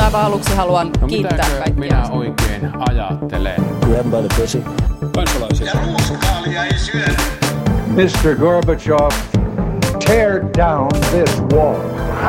aivan aluksi haluan kiittää kaikkia. Minä oikein ajattelen? Grab by the pussy. Kansalaisia. Ja ruuskaalia ei syödä. Mr. Gorbachev, tear down this wall.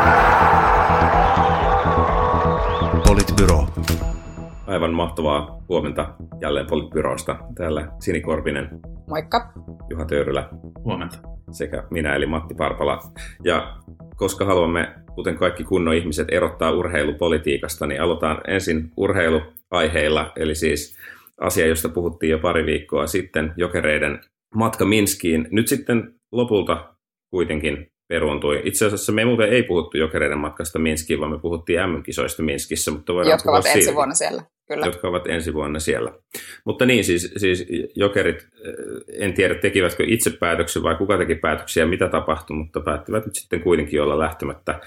Politbyro. Aivan mahtavaa huomenta jälleen Politbyrosta. Täällä Sini Korpinen. Moikka. Juha Töyrylä. Huomenta. Sekä minä eli Matti Parpala. Ja koska haluamme, kuten kaikki kunnon ihmiset, erottaa urheilupolitiikasta, niin aloitetaan ensin urheiluaiheilla. Eli siis asia, josta puhuttiin jo pari viikkoa sitten, Jokereiden matka Minskiin. Nyt sitten lopulta kuitenkin peruuntui. Itse asiassa me muuten ei puhuttu Jokereiden matkasta Minskiin, vaan me puhuttiin MM-kisoista Minskissä. Mutta jotka ovat ensi vuonna siellä. Kyllä. Jotka ovat ensi vuonna siellä. Mutta niin, siis Jokerit, en tiedä tekivätkö itse päätöksen vai kuka teki päätöksiä, mitä tapahtui, mutta päättivät nyt sitten kuitenkin olla lähtemättä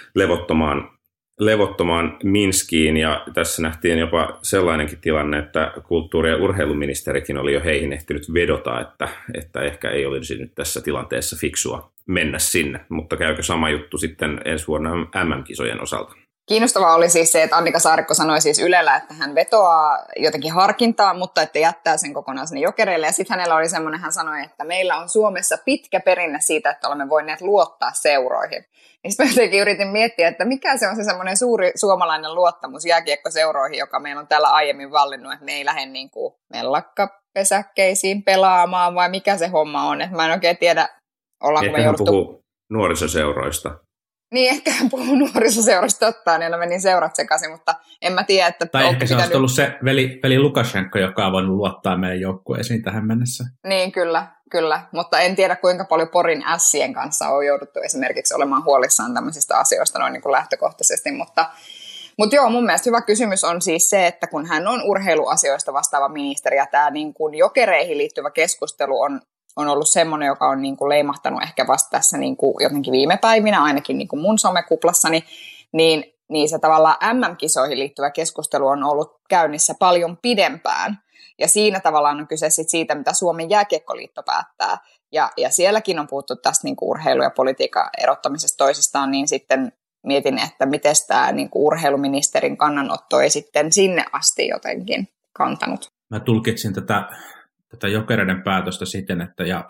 levottomaan Minskiin. Ja tässä nähtiin jopa sellainenkin tilanne, että kulttuuri- ja urheiluministerikin oli jo heihin ehtinyt vedota, että ehkä ei olisi nyt tässä tilanteessa fiksua mennä sinne. Mutta käykö sama juttu sitten ensi vuonna MM-kisojen osalta? Kiinnostavaa oli siis se, että Annika Saarikko sanoi siis Ylellä, että hän vetoaa jotenkin harkintaa, mutta että jättää sen kokonaan sinne Jokereille. Ja sitten hänellä oli semmoinen, hän sanoi, että meillä on Suomessa pitkä perinne siitä, että olemme voineet luottaa seuroihin. Niin sitten jotenkin yritin miettiä, että mikä se on se semmoinen suuri suomalainen luottamus jääkiekkoseuroihin, joka meillä on täällä aiemmin vallinnut, että me ei lähde niin kuin mellakkapesäkkeisiin pelaamaan, vai mikä se homma on. Että mä en oikein tiedä, ollaanko me jouduttu... puhuu nuorisoseuroista. Niin, ehkä hän puhuu nuorisoseurasta totta, niin menin seurat sekaisin, mutta en mä tiedä, että... Tai ehkä se olisi ollut se veli Lukashenko, joka on voinut luottaa meidän joukkueisiin tähän mennessä. Niin, kyllä. Mutta en tiedä, kuinka paljon Porin ässien kanssa on jouduttu esimerkiksi olemaan huolissaan tämmöisistä asioista noin niin kuin lähtökohtaisesti. Mutta joo, mun mielestä hyvä kysymys on siis se, että kun hän on urheiluasioista vastaava ministeri, ja tämä niin kuin Jokereihin liittyvä keskustelu on ollut semmoinen, joka on niin kuin leimahtanut ehkä vasta tässä niin kuin jotenkin viime päivinä, ainakin niin kuin mun somekuplassani, niin se tavallaan MM-kisoihin liittyvä keskustelu on ollut käynnissä paljon pidempään. Ja siinä tavallaan on kyse siitä, mitä Suomen jääkiekkoliitto päättää. Ja sielläkin on puhuttu tästä niin kuin urheilu- ja politiikan erottamisesta toisistaan, niin sitten mietin, että miten tämä niin kuin urheiluministerin kannanotto ei sitten sinne asti jotenkin kantanut. Mä tulkitsin tätä Jokereiden päätöstä siten, että ja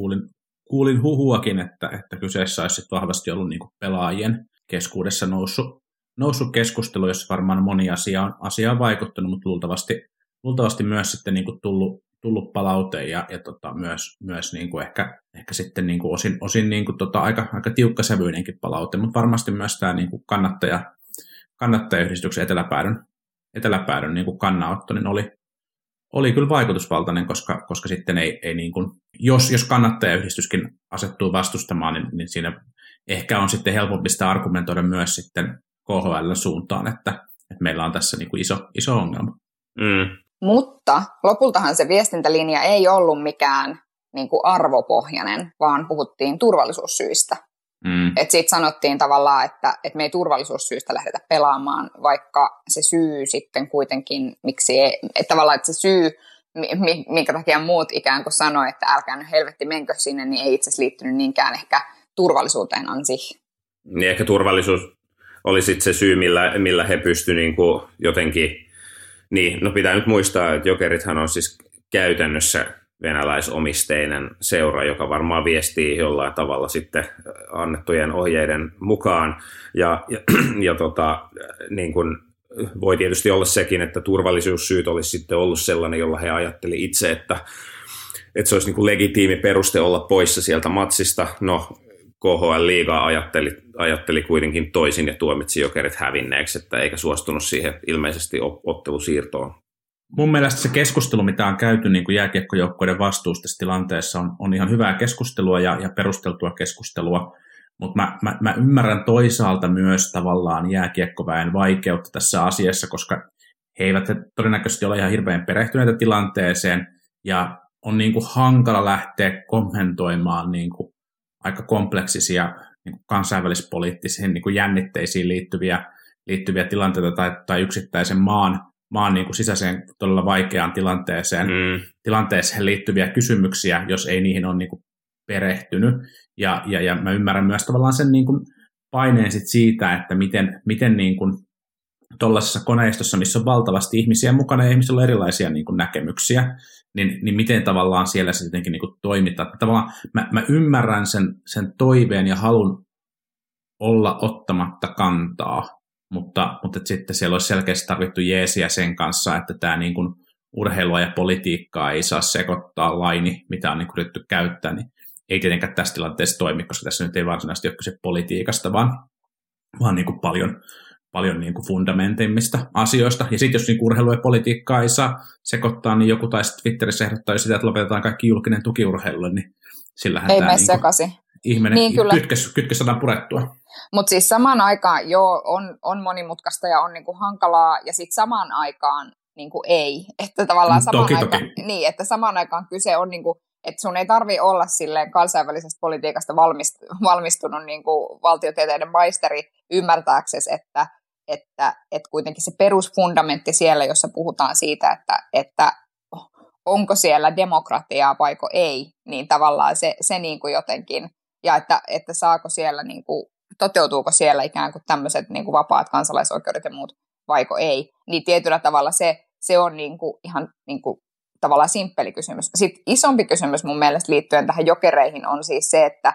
kuulin huhuakin, että kyseessä olisi sit vahvasti ollut niinku pelaajien keskuudessa noussut keskustelu, jossa varmaan moni asia on vaikuttanut, mutta luultavasti myös sitten niinku tullut palaute ja myös niinku ehkä sitten niinku osin niinku aika tiukkasävyinenkin palaute, mutta varmasti myös tämä niinku kannattajayhdistyksen eteläpäädyn niinku kannanotto niin oli kyllä vaikutusvaltainen, koska sitten ei niin kuin, jos kannattajayhdistyskin asettuu vastustamaan, niin siinä ehkä on sitten helpompi sitä argumentoida myös sitten KHL-suuntaan, että meillä on tässä niin kuin iso ongelma. Mm. Mutta lopultahan se viestintälinja ei ollut mikään niin kuin arvopohjainen, vaan puhuttiin turvallisuussyistä. Että sitten sanottiin tavallaan, että me ei turvallisuussyistä lähdetä pelaamaan, vaikka se syy sitten kuitenkin, miksi ei, että tavallaan että se syy, minkä takia muut ikään kuin sanoi, että älkää nyt helvetti menkö sinne, niin ei itse asiassa liittynyt niinkään ehkä turvallisuuteen ansih. Niin ehkä turvallisuus oli sitten se syy, millä he pystyivät niinku jotenkin, niin no pitää nyt muistaa, että Jokerithan on siis käytännössä venäläisomisteinen seura, joka varmaan viestii jollain tavalla sitten annettujen ohjeiden mukaan. Ja niin kuin voi tietysti olla sekin, että turvallisuussyyt olisi sitten ollut sellainen, jolla he ajatteli itse, että se olisi niin kuin legitiimi peruste olla poissa sieltä matsista. No, KHL-liiga ajatteli kuitenkin toisin ja tuomitsi Jokerit hävinneeksi, että eikä suostunut siihen ilmeisesti ottelusiirtoon. Mun mielestä se keskustelu, mitä on käyty niin kuin jääkiekkojoukkueiden vastuusta tässä tilanteessa, on ihan hyvää keskustelua ja perusteltua keskustelua, mutta mä ymmärrän toisaalta myös tavallaan jääkiekkoväen vaikeutta tässä asiassa, koska he eivät todennäköisesti ole ihan hirveän perehtyneitä tilanteeseen, ja on niin kuin hankala lähteä kommentoimaan niin kuin aika kompleksisia niin kuin kansainvälispoliittisiin niin kuin jännitteisiin liittyviä tilanteita tai yksittäisen maan niin kuin sisäiseen todella vaikeaan tilanteeseen liittyviä kysymyksiä, jos ei niihin ole niin kuin perehtynyt. Ja mä ymmärrän myös tavallaan sen niin kuin paineen siitä, että miten niin kuin tuollaisessa koneistossa, missä on valtavasti ihmisiä mukana ja ihmisillä on erilaisia niin kuin näkemyksiä, niin miten tavallaan siellä se jotenkin niin kuin toimitaan. Tavallaan mä ymmärrän sen toiveen ja halun olla ottamatta kantaa, mutta sitten siellä olisi selkeästi tarvittu jeesiä sen kanssa, että tämä niin kuin urheilua ja politiikkaa ei saa sekoittaa laini, mitä on niin kuin yritetty käyttää, niin ei tietenkään tässä tilanteessa toimi, koska tässä nyt ei varsinaisesti ole kyse politiikasta, vaan niin kuin paljon niin kuin fundamenteimmista asioista. Ja sitten jos niin urheilua ja politiikkaa ei saa sekoittaa, niin joku taisi Twitterissä ehdottaa sitä, että lopetetaan kaikki julkinen tuki urheilulle, niin sillähän ei tämä niin ihminen niin, kytkös saadaan purettua. Mutta siis samaan aikaan on monimutkaista ja on niinku hankalaa, ja sitten samaan aikaan niinku ei. Että tavallaan samaan aikaan kyse on, niinku, että sun ei tarvitse olla silleen kansainvälisestä politiikasta valmistunut niinku valtiotieteiden maisteri ymmärtääksesi, että kuitenkin se perusfundamentti siellä, jossa puhutaan siitä, että onko siellä demokratiaa vaiko ei, niin tavallaan se niinku jotenkin, ja että saako siellä, niinku, toteutuuko siellä ikään kuin tämmöiset niinku vapaat kansalaisoikeudet ja muut vaiko ei, niin tietyllä tavalla se on niinku ihan niinku tavallaan simppeli kysymys. Sitten isompi kysymys mun mielestä liittyen tähän Jokereihin on siis se, että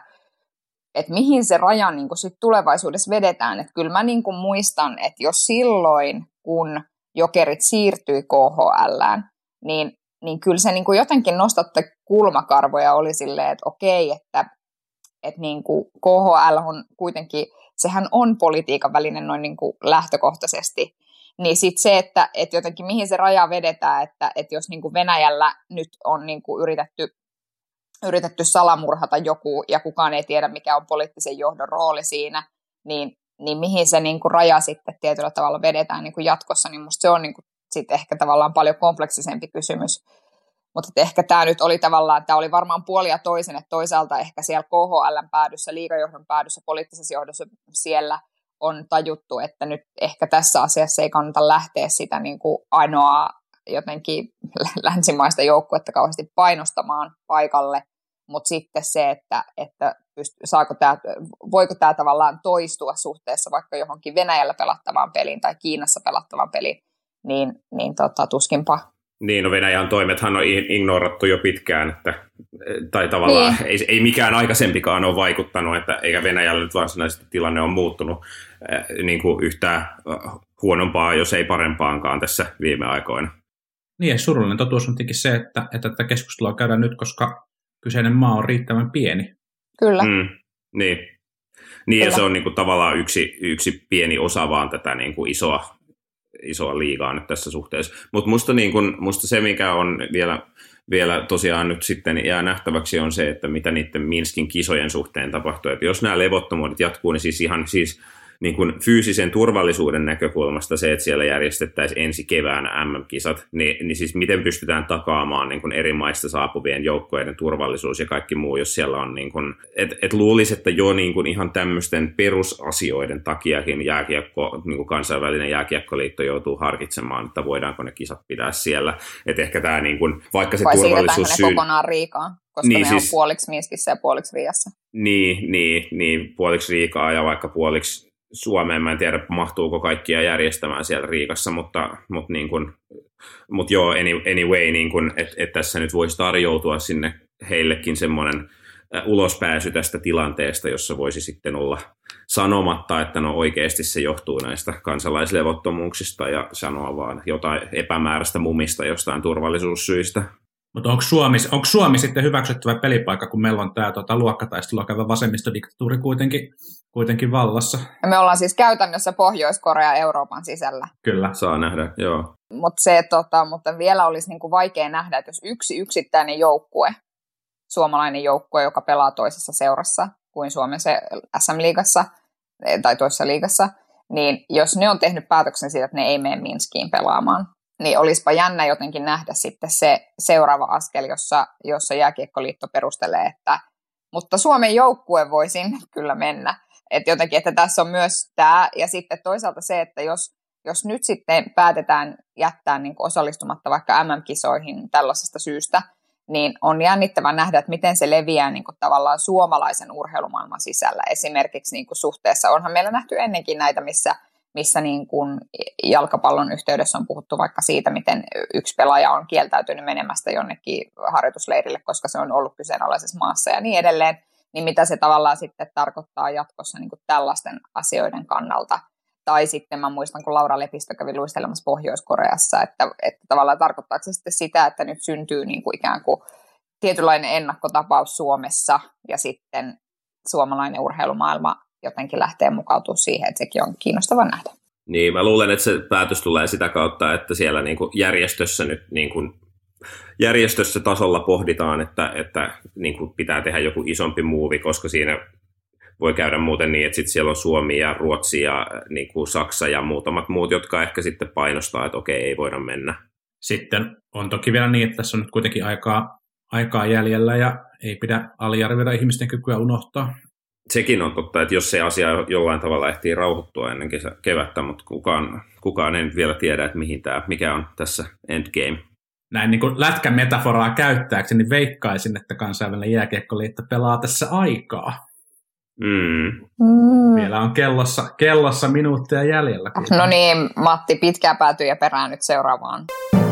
mihin se raja niinku sit tulevaisuudessa vedetään. Että kyllä mä niinku muistan, että jos silloin, kun Jokerit siirtyi KHL:ään, niin kyllä se niinku jotenkin nostatte kulmakarvoja oli silleen, että okei, että niinku KHL on kuitenkin, sehän on politiikan väline noin niinku lähtökohtaisesti. Niin sitten se, että jotenkin mihin se raja vedetään, että jos niinku Venäjällä nyt on niinku yritetty salamurhata joku ja kukaan ei tiedä, mikä on poliittisen johdon rooli siinä, niin mihin se niinku raja sitten tietyllä tavalla vedetään niinku jatkossa, niin musta se on niinku sitten ehkä tavallaan paljon kompleksisempi kysymys. Mutta ehkä tämä nyt oli tavallaan, tämä oli varmaan puoli ja toisen, että toisaalta ehkä siellä KHL:n päädyssä, liigajohdon päädyssä, poliittisessa johdossa siellä on tajuttu, että nyt ehkä tässä asiassa ei kannata lähteä sitä niin kuin ainoaa jotenkin länsimaista joukkuetta kauheasti painostamaan paikalle, mutta sitten se, että voiko tämä tavallaan toistua suhteessa vaikka johonkin Venäjällä pelattavaan peliin tai Kiinassa pelattavaan peliin, niin tuskinpa. Niin, no Venäjän toimethan on ignorattu jo pitkään, tai tavallaan niin. ei mikään aikaisempikaan ole vaikuttanut, eikä Venäjällä nyt varsinaisesti tilanne on muuttunut niin kuin yhtään huonompaa, jos ei parempaankaan tässä viime aikoina. Niin, ja surullinen totuus on tietenkin se, että tätä keskustelua käydään nyt, koska kyseinen maa on riittävän pieni. Kyllä. Niin, ja se on niin kuin tavallaan yksi pieni osa vaan tätä niin kuin isoa liigaa nyt tässä suhteessa. Mutta musta se, mikä on vielä tosiaan nyt sitten jää nähtäväksi, on se, että mitä niiden Minskin kisojen suhteen tapahtuu. Että jos nämä levottomuudet jatkuu, niin siis ihan niin kuin fyysisen turvallisuuden näkökulmasta se, että siellä järjestettäisiin ensi keväänä MM-kisat, niin siis miten pystytään takaamaan niin kuin eri maista saapuvien joukkojen turvallisuus ja kaikki muu, jos siellä on niin kuin, et luulisi, että jo niin kuin ihan tämmöisten perusasioiden takiakin niin kuin kansainvälinen jääkiekkoliitto joutuu harkitsemaan, että voidaanko ne kisat pitää siellä. Että ehkä tämä niin kuin, vaikka se turvallisuus ne kokonaan Riikaan, koska niin, ne siis, on puoliksi Minskissä ja puoliksi Riassa. Niin, puoliksi Riikaa ja vaikka puoliksi Suomeen. Mä en tiedä, mahtuuko kaikkia järjestämään siellä Riikassa, mutta joo, anyway, niin että tässä nyt voisi tarjoutua sinne heillekin semmoinen ulospääsy tästä tilanteesta, jossa voisi sitten olla sanomatta, että no oikeasti se johtuu näistä kansalaislevottomuuksista ja sanoa vaan jotain epämääräistä mumista jostain turvallisuussyistä. Mutta onko Suomi sitten hyväksyttävä pelipaikka, kun meillä on tämä luokkataistelua käyvä vasemmistodiktatuuri kuitenkin vallassa? Ja me ollaan siis käytännössä Pohjois-Korea Euroopan sisällä. Kyllä, saa nähdä, joo. Mutta vielä olisi niinku vaikea nähdä, että jos yksi yksittäinen joukkue, suomalainen joukkue, joka pelaa toisessa seurassa kuin Suomen SM-liigassa tai toisessa liigassa, niin jos ne on tehnyt päätöksen siitä, että ne ei mene Minskiin pelaamaan, niin olisipa jännä jotenkin nähdä sitten se seuraava askel, jossa Jääkiekkoliitto perustelee, että mutta Suomen joukkue voi sinne kyllä mennä. Että jotenkin, että tässä on myös tämä, ja sitten toisaalta se, että jos nyt sitten päätetään jättää niin kuin osallistumatta vaikka MM-kisoihin tällaisesta syystä, niin on jännittävää nähdä, että miten se leviää niin kuin tavallaan suomalaisen urheilumaailman sisällä. Esimerkiksi niin kuin suhteessa, onhan meillä nähty ennenkin näitä, missä niin kuin jalkapallon yhteydessä on puhuttu vaikka siitä, miten yksi pelaaja on kieltäytynyt menemästä jonnekin harjoitusleirille, koska se on ollut kyseenalaisessa maassa ja niin edelleen, niin mitä se tavallaan sitten tarkoittaa jatkossa niin kuin tällaisten asioiden kannalta. Tai sitten mä muistan, kun Laura Lepistö kävi luistelemassa Pohjois-Koreassa, että tavallaan tarkoittaako se sitten sitä, että nyt syntyy niin kuin ikään kuin tietynlainen ennakkotapaus Suomessa ja sitten suomalainen urheilumaailma jotenkin lähtee mukautumaan siihen, että sekin on kiinnostava nähdä. Niin, mä luulen, että se päätös tulee sitä kautta, että siellä niin kuin järjestössä nyt niin kuin järjestössä tasolla pohditaan, että niin kuin pitää tehdä joku isompi muuvi, koska siinä voi käydä muuten niin, että sitten siellä on Suomi ja Ruotsi ja niin kuin Saksa ja muutamat muut, jotka ehkä sitten painostaa, että okei, ei voida mennä. Sitten on toki vielä niin, että tässä on nyt kuitenkin aikaa jäljellä ja ei pidä aliarvioida ihmisten kykyä unohtaa. Sekin on totta, että jos se asia jollain tavalla ehtii rauhoittua ennen kevättä, mutta kukaan ei vielä tiedä, että mikä on tässä endgame. Näin niin kuin lätkän metaforaa käyttääkseni, niin veikkaisin, että kansainvälinen jääkiekkoliitto pelaa tässä aikaa. Vielä on kellossa minuutteja jäljellä. No niin, Matti, pitkää päätyy ja perään nyt seuraavaan.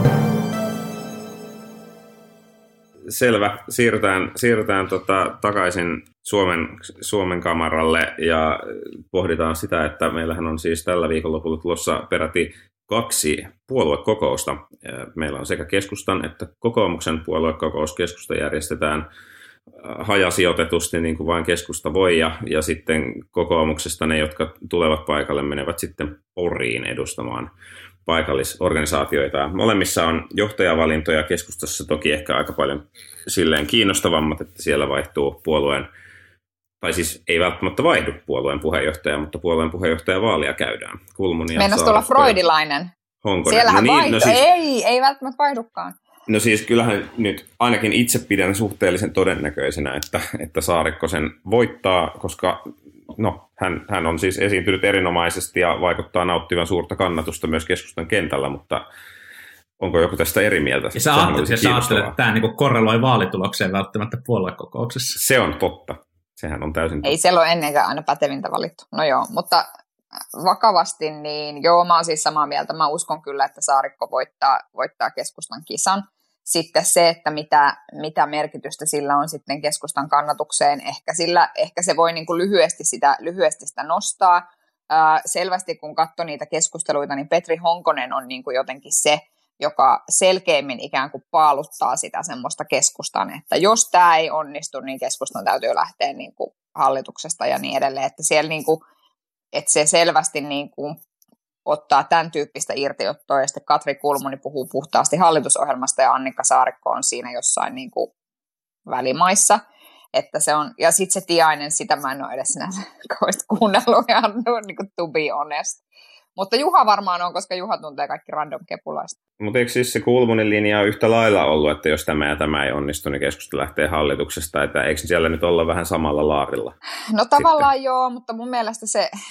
Selvä. Siirrytään takaisin Suomen kamaralle ja pohditaan sitä, että meillähän on siis tällä viikonlopulla tulossa peräti 2 puoluekokousta. Meillä on sekä keskustan että kokoomuksen puoluekokous. Keskusta järjestetään hajasijoitetusti, niin kuin vain keskusta voi, ja sitten kokoomuksesta ne, jotka tulevat paikalle, menevät sitten Poriin edustamaan paikallisorganisaatioita. Molemmissa on johtajavalintoja, keskustassa toki ehkä aika paljon silleen kiinnostavammat, että siellä vaihtuu puolueen, tai siis ei välttämättä vaihdu puolueen puheenjohtaja, mutta puolueen puheenjohtajavaalia käydään. Kulmuni ja Meinas tulla freudilainen. Honkonen. Siellähän ei välttämättä vaihdukaan. No siis kyllähän nyt ainakin itse pidän suhteellisen todennäköisenä, että Saarikko sen voittaa, koska hän on siis esiintynyt erinomaisesti ja vaikuttaa nauttivan suurta kannatusta myös keskustan kentällä, mutta onko joku tästä eri mieltä? Ja sä ajattelet, että tämä niinku korreloi vaalitulokseen välttämättä puoluekokouksessa. Se on totta. Sehän on täysin totta. Ei siellä ole ennenkään aina pätevintä valittu. No joo, mutta vakavasti niin joo, mä oon siis samaa mieltä. Mä uskon kyllä, että Saarikko voittaa keskustan kisan. Sitten se, että mitä merkitystä sillä on sitten keskustan kannatukseen, ehkä se voi niin kuin lyhyesti sitä nostaa. Selvästi kun katsoi niitä keskusteluita, niin Petri Honkonen on niin kuin jotenkin se, joka selkeimmin ikään kuin paaluttaa sitä semmoista keskustan, että jos tämä ei onnistu, niin keskustan täytyy lähteä niin kuin hallituksesta ja niin edelleen, että siellä niin kuin, että se selvästi niin kuin ottaa tämän tyyppistä irtiottoa, ja sitten Katri Kulmuni puhuu puhtaasti hallitusohjelmasta, ja Annika Saarikko on siinä jossain niin kuin välimaissa, että se on, ja sitten se Tiainen, sitä mä en ole edes sinänsä kauheasti kuunnellut, ihan niin kuin to be honest. Mutta Juha varmaan on, koska Juha tuntee kaikki random kepulaista. Mutta eikö siis se Kulmunin linja yhtä lailla ollut, että jos tämä ja tämä ei onnistu, niin keskusta lähtee hallituksesta, että eikö siellä nyt olla vähän samalla laarilla? No tavallaan sitten joo, mutta mun mielestä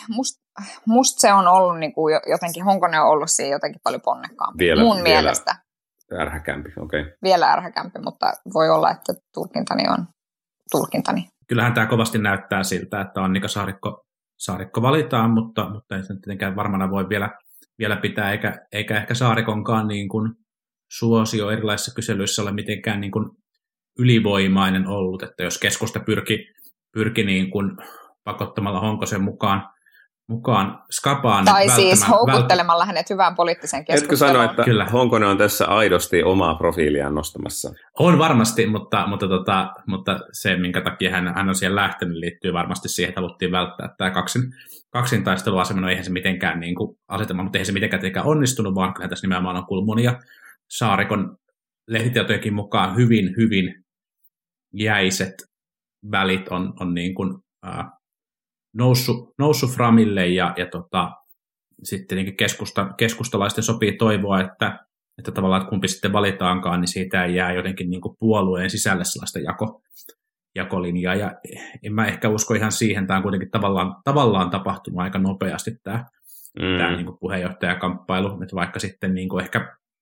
musta se on ollut niin kuin jotenkin, Honkonen on ollut siinä jotenkin paljon ponnekkaampi. Mun mielestä. Vielä ärhäkämpi, okei. Okay. Vielä ärhäkämpi, mutta voi olla, että tulkintani on tulkintani. Kyllähän tämä kovasti näyttää siltä, että Annika Saarikko valitaan, mutta ei se tietenkään varmana voi vielä pitää, eikä ehkä Saarikonkaan niin kuin suosio erilaisissa kyselyissä ole mitenkään niin kuin ylivoimainen ollut, että jos keskusta pyrki niin kuin pakottamalla Honkosen mukaan skapaan. Tai siis houkuttelemalla hänet hyvään poliittiseen keskusteluun. Etkö sano, että kyllä Honkonen on tässä aidosti omaa profiiliaan nostamassa? On varmasti, mutta se, minkä takia hän on siellä lähtenyt, liittyy varmasti siihen, että haluttiin välttää tämä kaksintaisteluasema. No eihän se mitenkään niin kuin asetama, mutta eihän se mitenkään onnistunut, vaan kyllähän tässä nimenomaan on Kulmuni ja Saarikon lehtitietojenkin mukaan hyvin jäiset välit on niin kuin, noussut framille ja sitten niin keskustalaisten sopii toivoa, että tavallaan että kumpi sitten valitaankaan, niin siitä ei jää jotenkin niin kuin puolueen sisälle sellaista jakolinjaa. Ja en mä ehkä usko ihan siihen, tämä on kuitenkin tavallaan tapahtunut aika nopeasti tämä niin kuin puheenjohtajakamppailu, että vaikka sitten niin kuin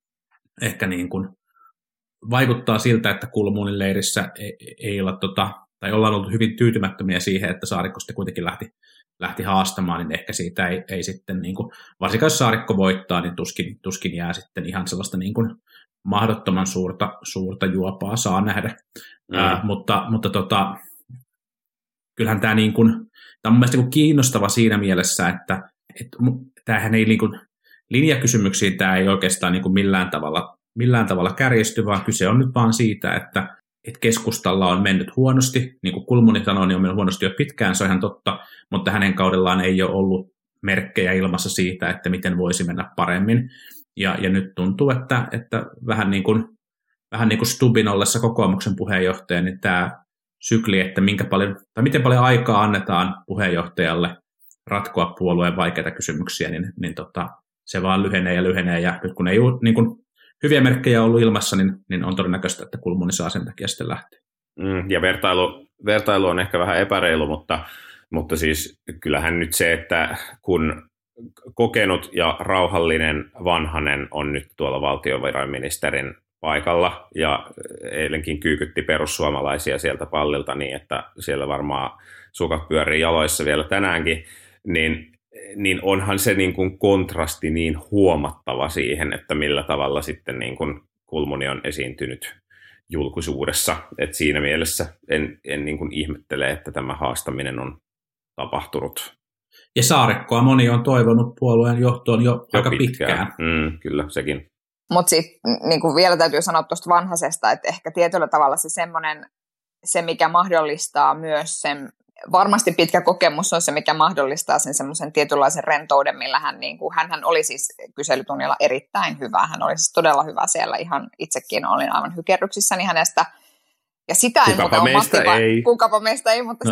ehkä niin kuin vaikuttaa siltä, että Kulmunin leirissä ei olla tai ollaan oltu hyvin tyytymättömiä siihen, että Saarikko sitten kuitenkin lähti haastamaan, niin ehkä siitä ei sitten, niin kuin, varsinkaan jos Saarikko voittaa, niin tuskin jää sitten ihan sellaista niin kuin mahdottoman suurta juopaa, saa nähdä. Mutta kyllähän tämä niin kuin, tämä on mun mielestä niin kuin kiinnostava siinä mielessä, että tämähän ei niin kuin, linjakysymyksiin tämä ei oikeastaan niin kuin millään tavalla kärjesty, vaan kyse on nyt vaan siitä, että keskustalla on mennyt huonosti, niin kuin Kulmuni sanoi, niin on mennyt huonosti jo pitkään, se on ihan totta, mutta hänen kaudellaan ei ole ollut merkkejä ilmassa siitä, että miten voisi mennä paremmin. Ja nyt tuntuu, että vähän niin kuin Stubbin ollessa kokoomuksen puheenjohtaja, niin tämä sykli, että miten paljon aikaa annetaan puheenjohtajalle ratkoa puolueen vaikeita kysymyksiä, niin se vaan lyhenee, ja nyt kun ei ole niin kuin hyviä merkkejä ollut ilmassa, niin on todennäköistä, että Kulmuni saa sen takia sitten lähteä. Ja vertailu on ehkä vähän epäreilu, mutta siis kyllähän nyt se, että kun kokenut ja rauhallinen Vanhanen on nyt tuolla valtiovarainministerin paikalla ja eilenkin kyykytti perussuomalaisia sieltä pallilta niin, että siellä varmaan sukat pyörii jaloissa vielä tänäänkin, niin onhan se niin kuin kontrasti niin huomattava siihen, että millä tavalla sitten niin kuin Kulmuni on esiintynyt julkisuudessa. Et siinä mielessä en niin kuin ihmettele, että tämä haastaminen on tapahtunut. Ja Saarikkoa moni on toivonut puolueen johtoon jo aika pitkään. Kyllä, sekin. Mutta sitten niin vielä täytyy sanoa tuosta Vanhasesta, että ehkä tietyllä tavalla se mikä mahdollistaa myös sen, varmasti pitkä kokemus on se, mikä mahdollistaa sen semmoisen tietynlaisen rentouden, millä hänhän oli siis kyselytunnilla erittäin hyvä. Hän oli siis todella hyvä siellä, ihan itsekin olin aivan hykerryksissäni hänestä. Ja sitä kukapa meistä ei, mutta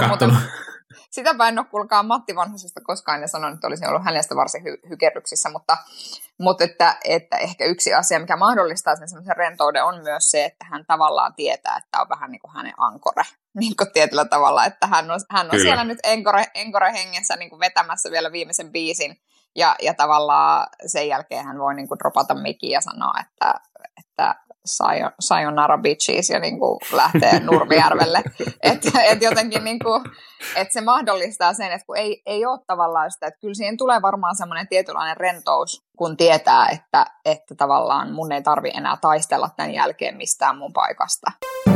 sitäpä en ole kuulkaa Matti Vanhasesta koskaan ja sanon, että olisin ollut hänestä varsin hykerryksissä, mutta että ehkä yksi asia, mikä mahdollistaa sen semmoisen rentouden, on myös se, että hän tavallaan tietää, että on vähän niin kuin hänen ankore, niin kuin tietyllä tavalla, että hän on siellä nyt enkore hengessä niin kuin vetämässä vielä viimeisen biisin, ja tavallaan sen jälkeen hän voi niin kuin dropata mikin ja sanoa, että sayonara bitches ja niin kuin lähtee Nurmijärvelle. Että jotenkin niin kuin, että se mahdollistaa sen, että kun ei ole tavallaan sitä, että kyllä siihen tulee varmaan semmoinen tietynlainen rentous, kun tietää, että tavallaan mun ei tarvitse enää taistella tämän jälkeen mistään mun paikasta.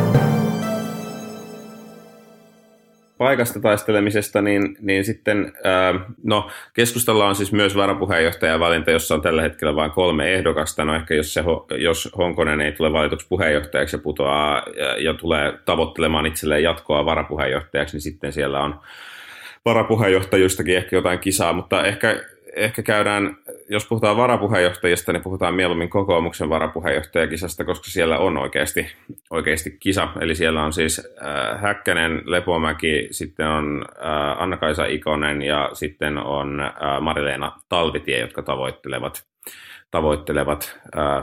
Paikasta taistelemisesta, niin sitten keskustalla on siis myös varapuheenjohtajan valinta, jossa on tällä hetkellä vain 3 ehdokasta. No ehkä jos Honkonen ei tule valituksi puheenjohtajaksi ja putoaa ja tulee tavoittelemaan itselleen jatkoa varapuheenjohtajaksi, niin sitten siellä on varapuheenjohtajuistakin ehkä jotain kisaa, mutta ehkä käydään, jos puhutaan varapuheenjohtajista, niin puhutaan mieluummin kokoomuksen varapuheenjohtajakisasta, koska siellä on oikeasti kisa. Eli siellä on siis Häkkänen, Lepomäki, sitten on Anna-Kaisa Ikonen ja sitten on Mari-Leena Talvitie, jotka tavoittelevat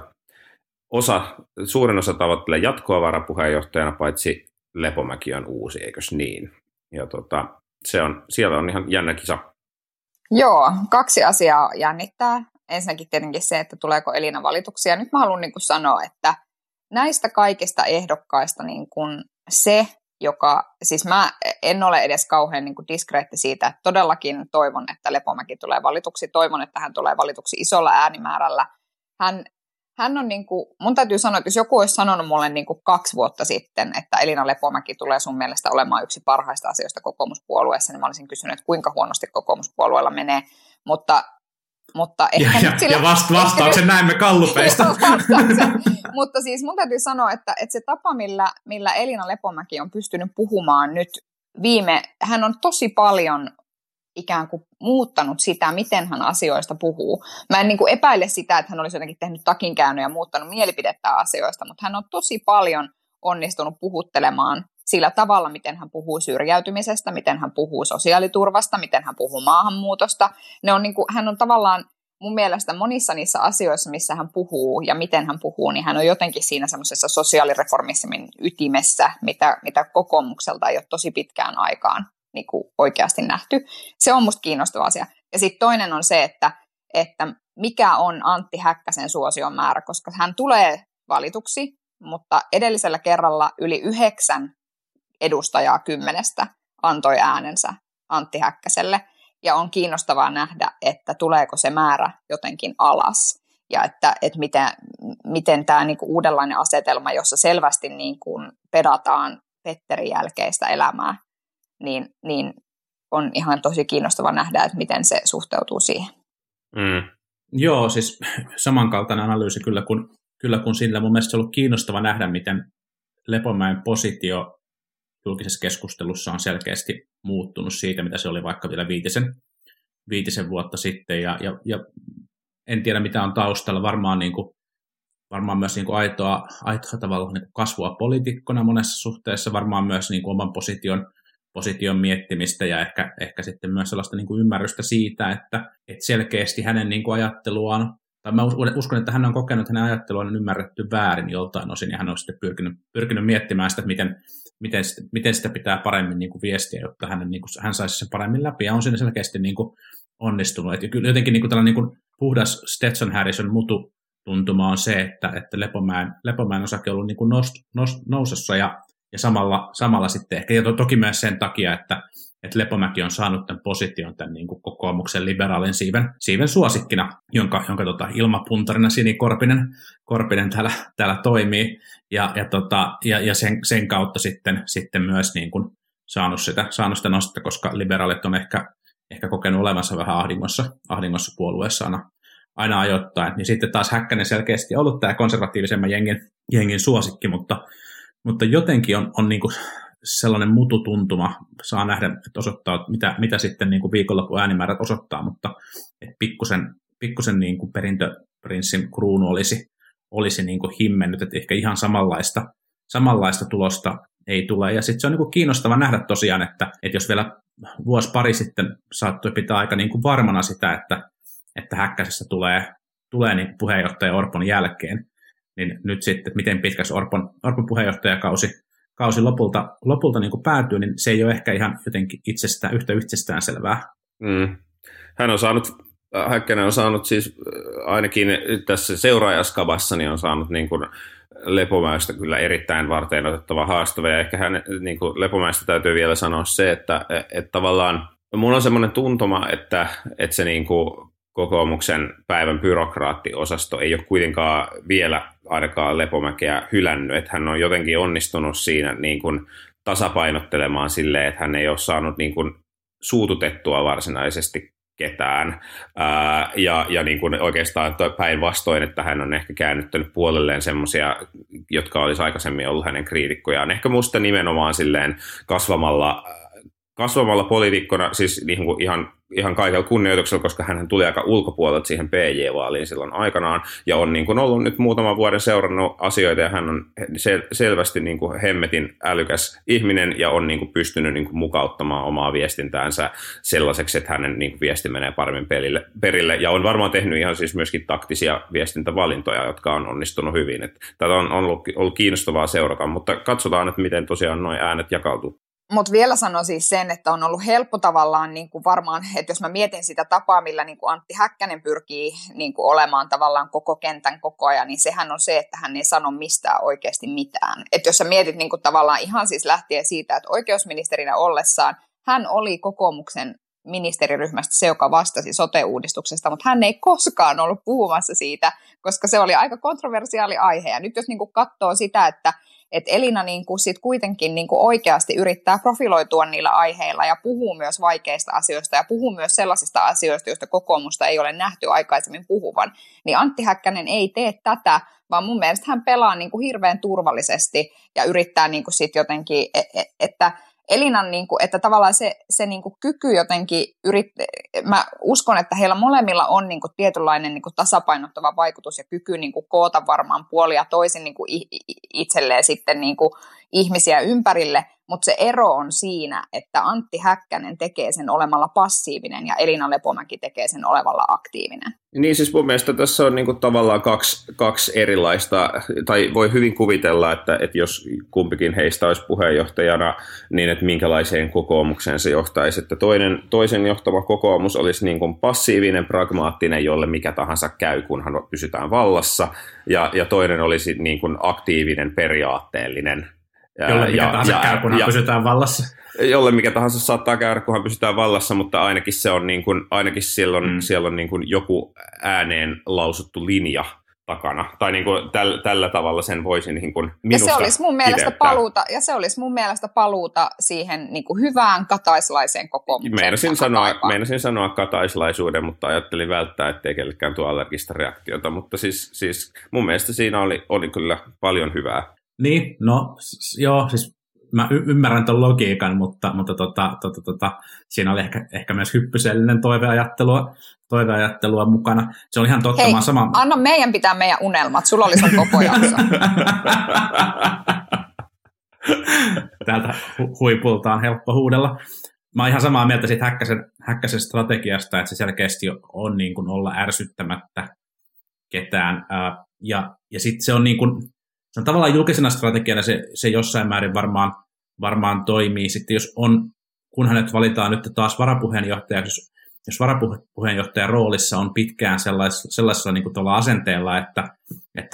suurin osa tavoittelee jatkoa varapuheenjohtajana, paitsi Lepomäki on uusi, eikös niin? Ja siellä on ihan jännä kisa. Joo, 2 asiaa jännittää. Ensinnäkin tietenkin se, että tuleeko Elina valituksi. Ja nyt mä haluan niin kuin sanoa, että näistä kaikista ehdokkaista niin kuin se, siis mä en ole edes kauhean niin kuin diskreetti siitä, että todellakin toivon, että Lepomäki tulee valituksi. Toivon, että hän tulee valituksi isolla äänimäärällä. Hän on niin kuin, mun täytyy sanoa, että jos joku olisi sanonut mulle niin kuin 2 vuotta sitten, että Elina Lepomäki tulee sun mielestä olemaan yksi parhaista asioista kokoomuspuolueessa, niin mä olisin kysynyt, että kuinka huonosti kokoomuspuolueella menee, mutta ehkä nyt sillä... Ja vastauksen näemme gallupeista. Mutta siis mun täytyy sanoa, että se tapa, millä Elina Lepomäki on pystynyt puhumaan nyt hän on tosi paljon ikään kuin muuttanut sitä, miten hän asioista puhuu. Mä en niin kuin epäile sitä, että hän olisi jotenkin tehnyt takinkääntöä ja muuttanut mielipidettä asioista, mutta hän on tosi paljon onnistunut puhuttelemaan sillä tavalla, miten hän puhuu syrjäytymisestä, miten hän puhuu sosiaaliturvasta, miten hän puhuu maahanmuutosta. Hän on tavallaan mun mielestä monissa niissä asioissa, missä hän puhuu ja miten hän puhuu, niin hän on jotenkin siinä semmoisessa sosiaalireformismin ytimessä, mitä kokoomukselta ei ole tosi pitkään aikaan niin kuin oikeasti nähty. Se on musta kiinnostava asia. Ja sitten toinen on se, että mikä on Antti Häkkäsen suosion määrä, koska hän tulee valituksi, mutta edellisellä kerralla yli 9 edustajaa 10 antoi äänensä Antti Häkkäselle. Ja on kiinnostavaa nähdä, että tuleeko se määrä jotenkin alas. Ja että miten tämä niinku uudenlainen asetelma, jossa selvästi niinku pedataan Petterin jälkeistä elämää, niin on ihan tosi kiinnostava nähdä, että miten se suhteutuu siihen. Joo, siis samankaltainen analyysi kyllä kun sillä. Mun mielestä se on ollut kiinnostava nähdä, miten Lepomäen positio julkisessa keskustelussa on selkeästi muuttunut siitä, mitä se oli vaikka vielä viitisen vuotta sitten. Ja en tiedä, mitä on taustalla. Varmaan myös niin kuin aitoa tavalla niin kuin kasvua poliitikkona monessa suhteessa, varmaan myös niin kuin oman position miettimistä ja ehkä sitten myös sellaista niin kuin ymmärrystä siitä, että selkeästi hänen niin kuin ajatteluaan, tai mä uskon, että hän on kokenut, että hänen ajatteluaan on ymmärretty väärin joltain osin, ja hän on sitten pyrkinyt miettimään sitä, miten sitä pitää paremmin niin kuin viestiä, jotta hän saisi sen paremmin läpi, ja on siinä selkeästi niin kuin onnistunut. Et kyllä jotenkin niin kuin tällainen niin kuin puhdas Stetson Harrison mutu tuntuma on se, että Lepomäen osake on ollut niin kuin nousussa ja samalla sitten ehkä, ja toki myös sen takia, että Lepomäki on saanut tämän position tämän niin kuin kokoomuksen liberaalin siiven suosikkina, jonka ilmapuntarina Sini Korpinen täällä toimii, ja sen kautta sitten myös niin kuin saanut sitä nostetta, koska liberaalit on ehkä kokenut olevansa vähän ahdingossa puolueessa aina ajoittain. Niin sitten taas Häkkänen selkeästi ollut tämä konservatiivisemman jengin suosikki, mutta jotenkin on niin kuin sellainen mututuntuma, saa nähdä, että osoittaa, mitä sitten niin kuin viikonlopun äänimäärät osoittaa, mutta pikkusen niin kuin perintöprinssin kruunu olisi niin kuin himmennyt, että ehkä ihan samanlaista tulosta ei tule. Ja sitten se on niin kuin kiinnostava nähdä tosiaan, että jos vielä vuosi pari sitten saattoi pitää aika niin kuin varmana sitä, että Häkkäsestä tulee niin kuin puheenjohtaja Orpon jälkeen, niin nyt sitten, miten pitkäksi Orpon puheenjohtajakausi lopulta niin kuin päätyy, niin se ei ole ehkä ihan jotenkin yhtä itsestään selvää. Häkkänen on saanut siis ainakin tässä seuraajaskavassa, niin on saanut niin kuin Lepomäestä kyllä erittäin varteenotettava haastava, ja ehkä niin kuin Lepomäestä täytyy vielä sanoa se, että tavallaan mulla on semmoinen tuntuma, että se niin kuin kokoomuksen päivän byrokraattiosasto ei ole kuitenkaan vielä ainakaan Lepomäkeä hylännyt, että hän on jotenkin onnistunut siinä niin kuin tasapainottelemaan silleen, että hän ei ole saanut niin kuin suututettua varsinaisesti ketään, ja niin kuin oikeastaan päinvastoin, että hän on ehkä käännyttänyt puolelleen semmoisia, jotka olisi aikaisemmin ollut hänen kriitikkojaan. Ehkä musta nimenomaan silleen kasvamalla poliitikkona, siis niin kuin ihan kaikella kunnioituksella, koska hän tuli aika ulkopuolelta siihen PJ-vaaliin silloin aikanaan, ja on niin kuin ollut nyt muutaman vuoden seurannut asioita, ja hän on selvästi niin kuin hemmetin älykäs ihminen, ja on niin kuin pystynyt niin kuin mukauttamaan omaa viestintäänsä sellaiseksi, että hänen niin kuin viesti menee paremmin perille, ja on varmaan tehnyt ihan siis myöskin taktisia viestintävalintoja, jotka on onnistunut hyvin. Tätä on ollut kiinnostavaa seurata, mutta katsotaan, että miten tosiaan nuo äänet jakautuu. Mutta vielä sanon siis sen, että on ollut helppo tavallaan niin kuin varmaan, että jos mä mietin sitä tapaa, millä niin kuin Antti Häkkänen pyrkii niin kuin olemaan tavallaan koko kentän koko ajan, niin sehän on se, että hän ei sano mistään oikeasti mitään. Että jos sä mietit niin kuin tavallaan ihan siis lähtien siitä, että oikeusministerinä ollessaan hän oli kokoomuksen ministeriryhmästä se, joka vastasi sote-uudistuksesta, mutta hän ei koskaan ollut puhumassa siitä, koska se oli aika kontroversiaali aihe. Ja nyt jos niin kuin katsoo sitä, että Elina niin kuin sit kuitenkin niin kuin oikeasti yrittää profiloitua niillä aiheilla ja puhuu myös vaikeista asioista ja puhuu myös sellaisista asioista, joista kokoomusta ei ole nähty aikaisemmin puhuvan, niin Antti Häkkänen ei tee tätä, vaan mun mielestä hän pelaa niin kuin hirveän turvallisesti ja yrittää niin kuin sit jotenkin, että Elinan, niin kuin, että tavallaan se niin kuin kyky jotenkin, mä uskon, että heillä molemmilla on niin kuin tietynlainen niin kuin tasapainottava vaikutus ja kyky niin kuin koota varmaan puolia toisin niin kuin itselleen sitten niin kuin ihmisiä ympärille, mutta se ero on siinä, että Antti Häkkänen tekee sen olemalla passiivinen ja Elina Lepomäki tekee sen olevalla aktiivinen. Niin siis mun mielestä tässä on niinku tavallaan kaksi erilaista, tai voi hyvin kuvitella, että jos kumpikin heistä olisi puheenjohtajana, niin että minkälaiseen kokoomukseen se johtaisi. Että toisen johtava kokoomus olisi niinku passiivinen, pragmaattinen, jolle mikä tahansa käy, kunhan pysytään vallassa, ja toinen olisi niinku aktiivinen, periaatteellinen, Jolle mikä tahansa käy, kunhan pysytään vallassa. Jolle mikä tahansa saattaa käydä, kunhan pysytään vallassa, mutta ainakin se on niin kuin, ainakin siellä on niin kuin joku ääneen lausuttu linja takana. Tai niin kuin tällä tavalla sen voisi niin kuin minusta ja se olisi mun mielestä paluuta siihen niin kuin hyvään kataislaiseen kokoomukseen. Meinasin sanoa kataislaisuuden, mutta ajattelin välttää, ettei kellekään tuo allergista reaktiota. Mutta siis mun mielestä siinä oli kyllä paljon hyvää. Niin, no joo, siis mä ymmärrän ton logiikan, mutta siinä oli ehkä myös hyppysellinen toiveajattelua mukana. Se on ihan totta. Hei, anna meidän pitää meidän unelmat. Sulla oli sun koko jakso. Täältä huipulta on helppo huudella. Mä oon ihan samaa mieltä siitä Häkkäsen strategiasta, että se selkeästi on niin kuin olla ärsyttämättä ketään. Ja sitten se on niin kuin, se on tavallaan julkisena strategiana se jossain määrin varmaan toimii. Sitten kun hänet valitaan nyt taas varapuheenjohtajaksi, jos varapuheenjohtajan roolissa on pitkään sellaisella niin kuin tuolla asenteella, että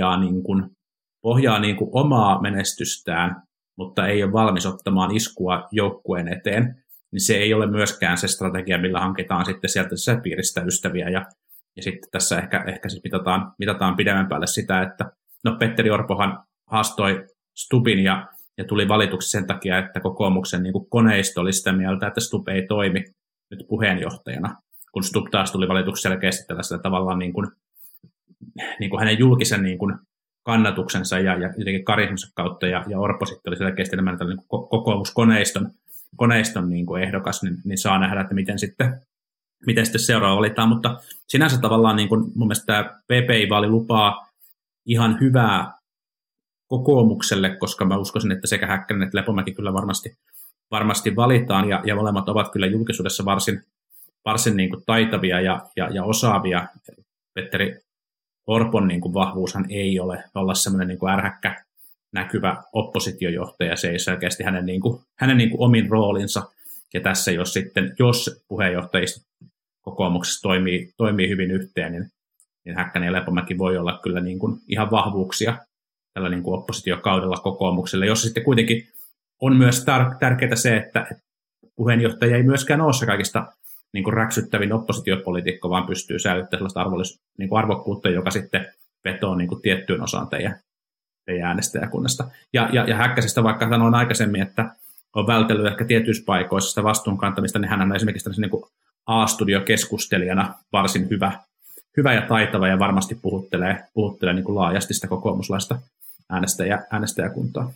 pohjaa niin kuin omaa menestystään, mutta ei ole valmis ottamaan iskua joukkueen eteen, niin se ei ole myöskään se strategia, millä hankitaan sitten sieltä sisäpiiristä ystäviä. Ja sitten tässä ehkä siis mitataan pidemmän päälle sitä, että no Petteri Orpohan haastoi Stubbin ja tuli valituksi sen takia, että kokoomuksen niin kuin koneisto oli sitä mieltä, että Stubb ei toimi nyt puheenjohtajana, kun Stubb taas tuli valituksi selkeästi tällaisella tavallaan niin kuin hänen julkisen niin kuin kannatuksensa ja jotenkin karismansa kautta, ja Orpo sitten oli selkeästi enemmän tällainen kokoomuskoneiston niin kuin ehdokas, niin saa nähdä, että miten sitten seuraava valitaan, mutta sinänsä tavallaan niin kuin mun mielestä tämä PPI-vaali lupaa ihan hyvää kokoomukselle, koska mä uskoisin, että sekä Häkkänen että Lepomäki kyllä varmasti valitaan, ja molemmat ovat kyllä julkisuudessa varsin niin kuin taitavia ja osaavia. Petteri Orpon niin kuin vahvuushan ei ole olla semmoinen niin kuin ärhäkkä näkyvä oppositiojohtaja, se ei selkeästi hänen niin kuin omin roolinsa, ja tässä jos puheenjohtajista kokoomuksessa toimii hyvin yhteen, niin Häkkänen ja Lepomäki voi olla kyllä niin kuin ihan vahvuuksia tällä niin kuin oppositiokaudella kokoomukselle, jossa sitten kuitenkin on myös tärkeää se, että puheenjohtaja ei myöskään ole se kaikista niin kuin räksyttävin oppositiopolitiikko, vaan pystyy säilyttämään sellaista niin kuin arvokkuutta, joka sitten vetoo niin kuin tiettyyn osaan teidän äänestäjäkunnasta. Ja Häkkäsestä, vaikka sanoin aikaisemmin, että on vältellyt ehkä tietyissä paikoissa sitä vastuunkantamista, niin hän on esimerkiksi niin kuin A-studiokeskustelijana varsin hyvä ja taitava, ja varmasti puhuttelee niin kuin laajasti sitä kokoomuslaista äänestäjäkuntaa.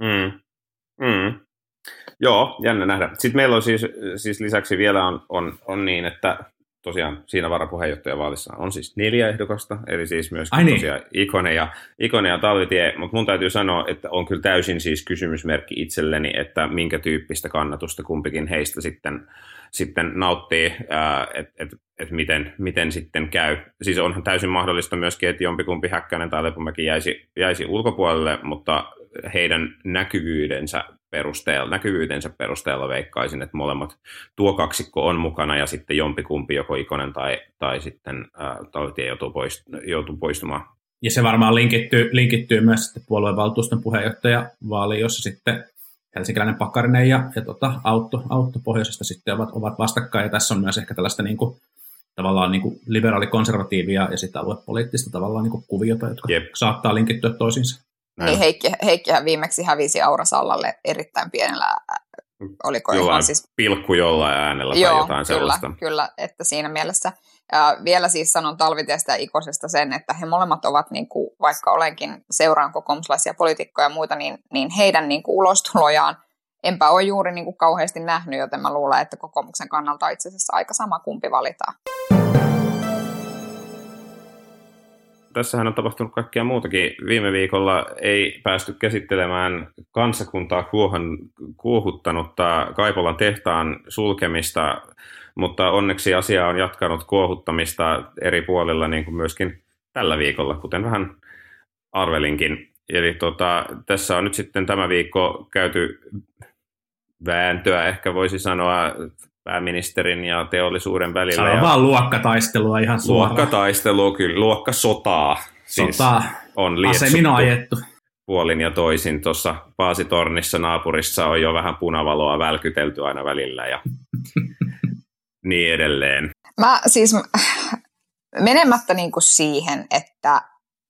Joo, jännä nähdä. Sitten meillä on siis lisäksi vielä on niin, että tosiaan siinä varapuheenjohtajavaalissa on siis 4 ehdokasta, eli siis myös tosiaan Ikonen ja Talvitie, mutta mun täytyy sanoa, että on kyllä täysin siis kysymysmerkki itselleni, että minkä tyyppistä kannatusta kumpikin heistä sitten nauttii, että miten sitten käy. Siis onhan täysin mahdollista myöskin, että jompikumpi Häkkänen tai Lepomäki jäisi ulkopuolelle, mutta heidän näkyvyytensä perusteella veikkaisin, että molemmat tuo kaksikko on mukana, ja sitten jompikumpi, joko Ikonen tai sitten Talvitie joutuu poistumaan. Ja se varmaan linkittyy myös sitten puoluevaltuuston puheenjohtajavaaliin, jossa sitten helsinkiläinen Pakarinen ja Autto pohjoisesta sitten ovat vastakkain, ja tässä on myös ehkä tällaista niin kuin, tavallaan niin kuin liberaalikonservatiivia ja sitten aluepoliittista tavallaan niin kuin kuviota, jotka saattaa linkittyä toisiinsa. Niin Heikkihän viimeksi hävisi Aura Sallalle erittäin pienellä, oliko jollain siis pilkku jollain äänellä tai jotain sellaista. Kyllä, että siinä mielessä vielä siis sanon Talvitiestä ja Ikosesta sen, että he molemmat ovat, niin kuin, vaikka olenkin seuraan kokoomuslaisia poliitikkoja ja muita, niin heidän niin kuin ulostulojaan enpä ole juuri niin kuin kauheasti nähnyt, joten mä luulen, että kokoomuksen kannalta on itse asiassa aika sama, kumpi valitaan. Tässähän on tapahtunut kaikkea muutakin. Viime viikolla ei päästy käsittelemään kansakuntaa kuohuttanutta Kaipolan tehtaan sulkemista, mutta onneksi asia on jatkanut kuohuttamista eri puolilla niin kuin myöskin tällä viikolla, kuten vähän arvelinkin. Eli tässä on nyt sitten tämä viikko käyty vääntöä, ehkä voisi sanoa, pääministerin ja teollisuuden välillä. Se on vaan luokkataistelua ihan suoraan. Luokkataistelua, kyllä. Luokkasotaa. Siis on lietsottu. Asemin ajettu. puolin ja toisin. Tuossa Paasitornissa naapurissa on jo vähän punavaloa välkytelty aina välillä ja niin edelleen. Mä siis menemättä niinku siihen, että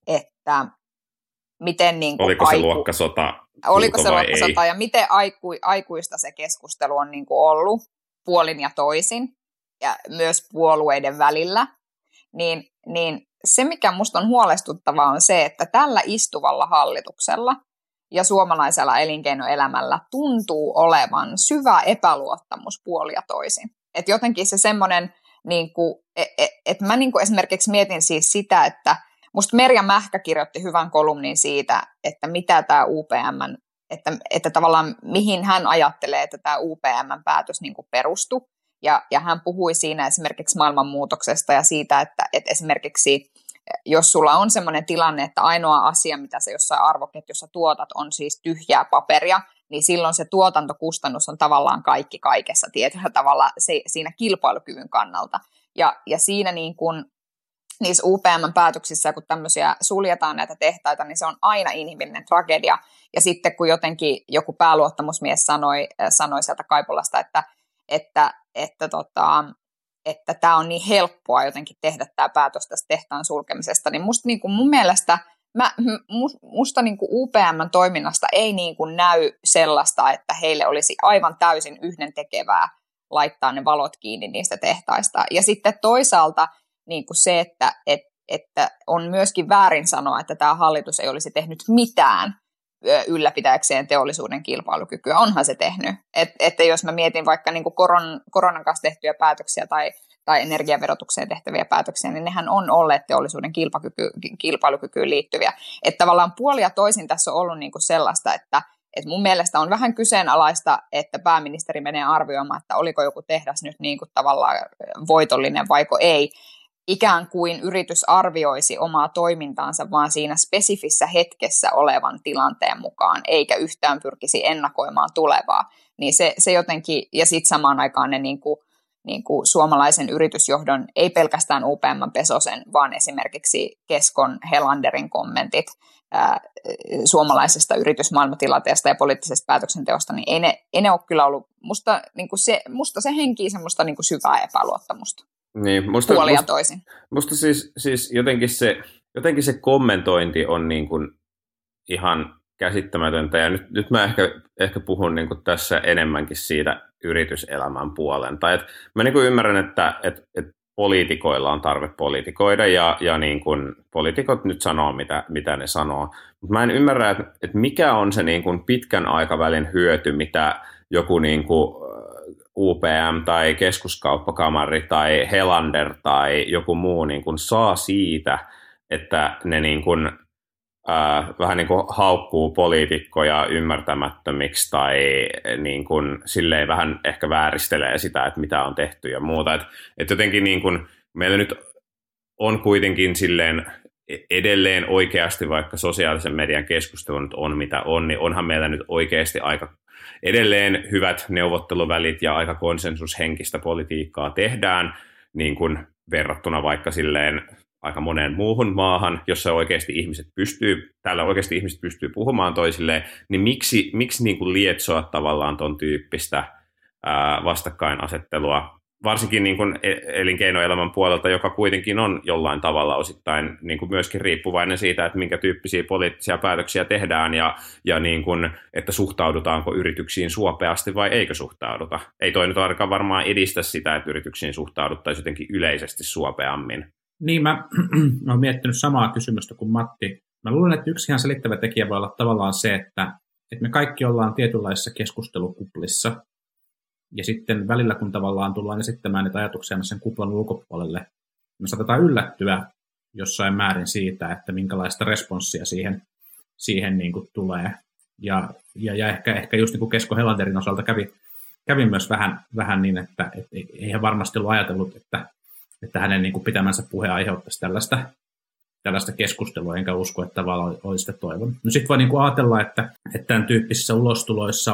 miten niinku oliko se luokkasota? Oliko se luokkasota ja miten aikuista se keskustelu on niinku ollut puolin ja toisin ja myös puolueiden välillä, niin se, mikä musta on huolestuttavaa, on se, että tällä istuvalla hallituksella ja suomalaisella elinkeinoelämällä tuntuu olevan syvä epäluottamus puolin ja toisin. Että jotenkin se semmoinen, niinku, että mä niinku esimerkiksi mietin siis sitä, että musta Merja Mähkä kirjoitti hyvän kolumnin siitä, että mitä tämä UPM, että tavallaan mihin hän ajattelee, että tämä UPM-päätös niinku perustui. Ja hän puhui siinä esimerkiksi maailmanmuutoksesta ja siitä, että esimerkiksi jos sulla on sellainen tilanne, että ainoa asia, mitä sä jossain arvoketjussa tuotat, on siis tyhjää paperia, niin silloin se tuotantokustannus on tavallaan kaikki kaikessa tietyllä tavalla siinä kilpailukyvyn kannalta. Ja siinä niin kun niissä UPM-päätöksissä, kun tämmöisiä suljetaan näitä tehtaita, niin se on aina inhimillinen tragedia. Ja sitten kun jotenkin joku pääluottamusmies sanoi sieltä Kaipolasta, että tämä on niin helppoa jotenkin tehdä tämä päätös tästä tehtaan sulkemisesta, niin musta niin kuin mun mielestä musta niin kuin UPM:n toiminnasta ei niin kuin näy sellaista, että heille olisi aivan täysin yhdentekevää laittaa ne valot kiinni niistä tehtaista. Ja sitten toisaalta niin kuin se, että on myöskin väärin sanoa, että tämä hallitus ei olisi tehnyt mitään ylläpitäjäkseen teollisuuden kilpailukykyä. Onhan se tehnyt. Että jos mä mietin vaikka niin kuin koronan kanssa tehtyjä päätöksiä tai energiaverotukseen tehtäviä päätöksiä, niin nehän on olleet teollisuuden kilpailukykyyn liittyviä. Että tavallaan puoli ja toisin tässä on ollut niin kuin sellaista, että mun mielestä on vähän kyseenalaista, että pääministeri menee arvioimaan, että oliko joku tehdas nyt niin kuin tavallaan voitollinen vaiko ei. Ikään kuin yritys arvioisi omaa toimintaansa vaan siinä spesifissä hetkessä olevan tilanteen mukaan, eikä yhtään pyrkisi ennakoimaan tulevaa. Niin se jotenkin, ja sitten samaan aikaan ne niin kuin suomalaisen yritysjohdon, ei pelkästään UPM-Pesosen, vaan esimerkiksi Keskon Helanderin kommentit suomalaisesta yritysmaailmatilanteesta ja poliittisesta päätöksenteosta, niin ei ne ole kyllä ollut, musta se henkii semmoista niin kuin syvää epäluottamusta. Niin, puoli ja toisin. Musta siis jotenkin se kommentointi on niin kuin ihan käsittämätöntä, ja nyt mä ehkä puhun niin kuin tässä enemmänkin siitä yrityselämän puolen. Tai mä niin kuin ymmärrän, että poliitikoilla on tarve politikoida, ja niin kuin poliitikot nyt sanoo, mitä ne sanoo. Mutta mä en ymmärrä, että mikä on se niin kuin pitkän aikavälin hyöty, mitä joku niin kuin UPM tai Keskuskauppakamari tai Helander tai joku muu niin kuin saa siitä, että ne niin kuin, vähän niin kuin haukkuu poliitikkoja ymmärtämättömiksi tai niin kuin silleen vähän ehkä vääristelee sitä, että mitä on tehty ja muuta. Että jotenkin niin kuin meillä nyt on kuitenkin silleen edelleen oikeasti, vaikka sosiaalisen median keskustelu nyt on mitä on, niin onhan meillä nyt oikeasti aika edelleen hyvät neuvotteluvälit ja aika konsensushenkistä politiikkaa tehdään niin kuin verrattuna vaikka silleen aika moneen muuhun maahan, jossa oikeasti ihmiset pystyy puhumaan toisilleen, niin miksi niin kuin lietsoa tavallaan ton tyyppistä vastakkainasettelua, varsinkin niin kuin elinkeinoelämän puolelta, joka kuitenkin on jollain tavalla osittain niin kuin myöskin riippuvainen siitä, että minkä tyyppisiä poliittisia päätöksiä tehdään ja niin kuin, että suhtaudutaanko yrityksiin suopeasti vai eikö suhtauduta. Ei toi nyt ainakaan varmaan edistä sitä, että yrityksiin suhtauduttaisiin jotenkin yleisesti suopeammin. Niin, mä oon miettinyt samaa kysymystä kuin Matti. Mä luulen, että yksi ihan selittävä tekijä voi olla tavallaan se, että me kaikki ollaan tietynlaisessa keskustelukuplissa. Ja sitten välillä, kun tavallaan tullaan esittämään niitä ajatuksia sen kuplan ulkopuolelle, me saatetaan yllättyä jossain määrin siitä, että minkälaista responssia siihen niin kuin tulee. Ja ehkä just niin kuin Kesko Helanderin osalta kävi myös vähän niin, että ei hän varmasti ollut ajatellut, että hänen niin kuin pitämänsä puhe aiheuttaisi tällaista keskustelua, enkä usko, että tavallaan olisi sitä toivonut. No sitten voi niin kuin ajatella, että tämän tyyppisissä ulostuloissa